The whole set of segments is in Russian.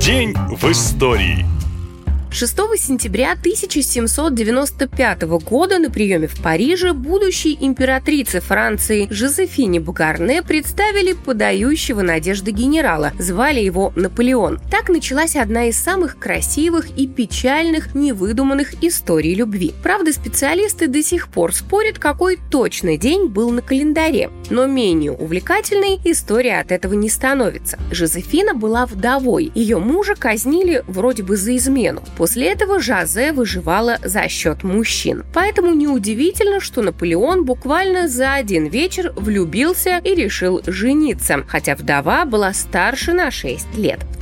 День в истории. 6 сентября 1795 года на приеме в Париже будущей императрице Франции Жозефине Бугарне представили подающего надежды генерала. Звали его Наполеон. Так началась одна из самых красивых и печальных невыдуманных историй любви. Правда, специалисты до сих пор спорят, какой точно день был на календаре. Но менее увлекательной история от этого не становится. Жозефина была вдовой. Ее мужа казнили вроде бы за измену. После этого Жозе выживала за счет мужчин. Поэтому неудивительно, что Наполеон буквально за один вечер влюбился и решил жениться, хотя вдова была старше на 6 лет. В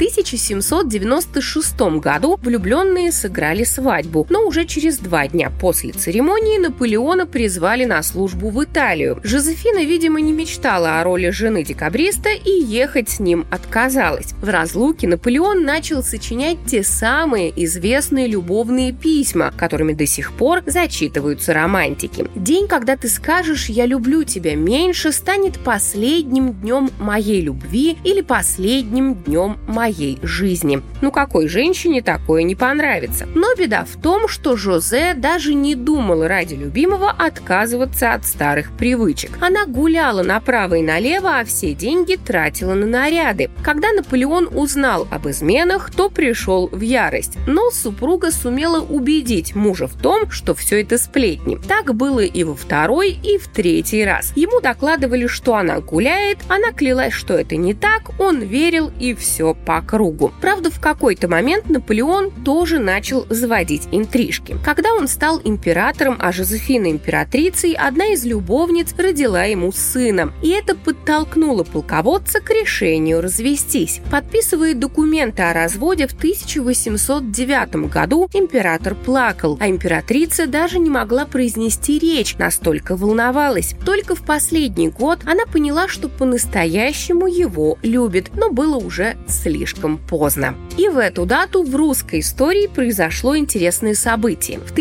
1796 году влюбленные сыграли свадьбу, но уже через 2 дня после церемонии Наполеона призвали на службу в Италию. Жозефина, видимо, не мечтала о роли жены декабриста и ехать с ним отказалась. В разлуке Наполеон начал сочинять те самые известные любовные письма, которыми до сих пор зачитываются романтики. День, когда ты скажешь «я люблю тебя меньше», станет последним днем моей любви или последним днем моей жизни. Ну какой женщине такое не понравится? Но беда в том, что Жозе даже не думала ради любимого отказываться от старых привычек. Она гуляла направо и налево, а все деньги тратила на наряды. Когда Наполеон узнал об изменах, то пришел в ярость. Но супруга сумела убедить мужа в том, что все это сплетни. Так было и во второй, и в третий раз. Ему докладывали, что она гуляет, она клялась, что это не так, он верил, и все по кругу. Правда, в какой-то момент Наполеон тоже начал заводить интрижки. Когда он стал императором, а Жозефина императрицей, одна из любовниц родила ему сына. И это подтолкнуло полководца к решению развестись. Подписывая документы о разводе в 1809 году, император плакал, а императрица даже не могла произнести речь, настолько волновалась. Только в последний год она поняла, что по-настоящему его любит, но было уже слишком поздно. И в эту дату в русской истории произошло интересное событие. В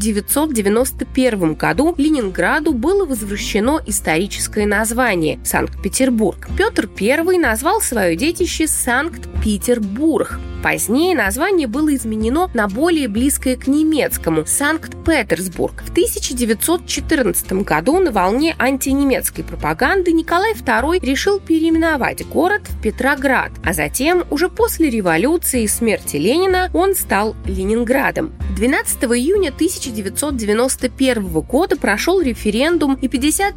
1991 году Ленинграду было возвращено историческое название – Санкт-Петербург. Петр I назвал свое детище Санкт-Петербург. Позднее название было изменено на более близкое к немецкому – Санкт-Петербург. В 1914 году на волне антинемецкой пропаганды Николай II решил переименовать город в Петроград, а затем, уже после революции и смерти Ленина, он стал Ленинградом. 12 июня 1991 года прошел референдум, и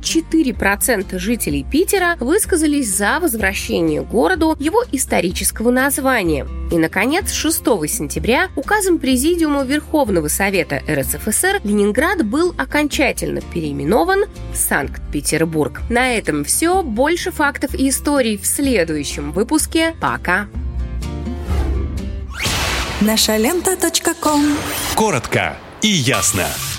54% жителей Питера высказались за возвращение городу его исторического названия. И, наконец, 6 сентября указом Президиума Верховного Совета РСФСР Ленинград был окончательно переименован в Санкт-Петербург. На этом все. Больше фактов и историй в следующем выпуске. Пока! Нашалента.ком. Коротко и ясно.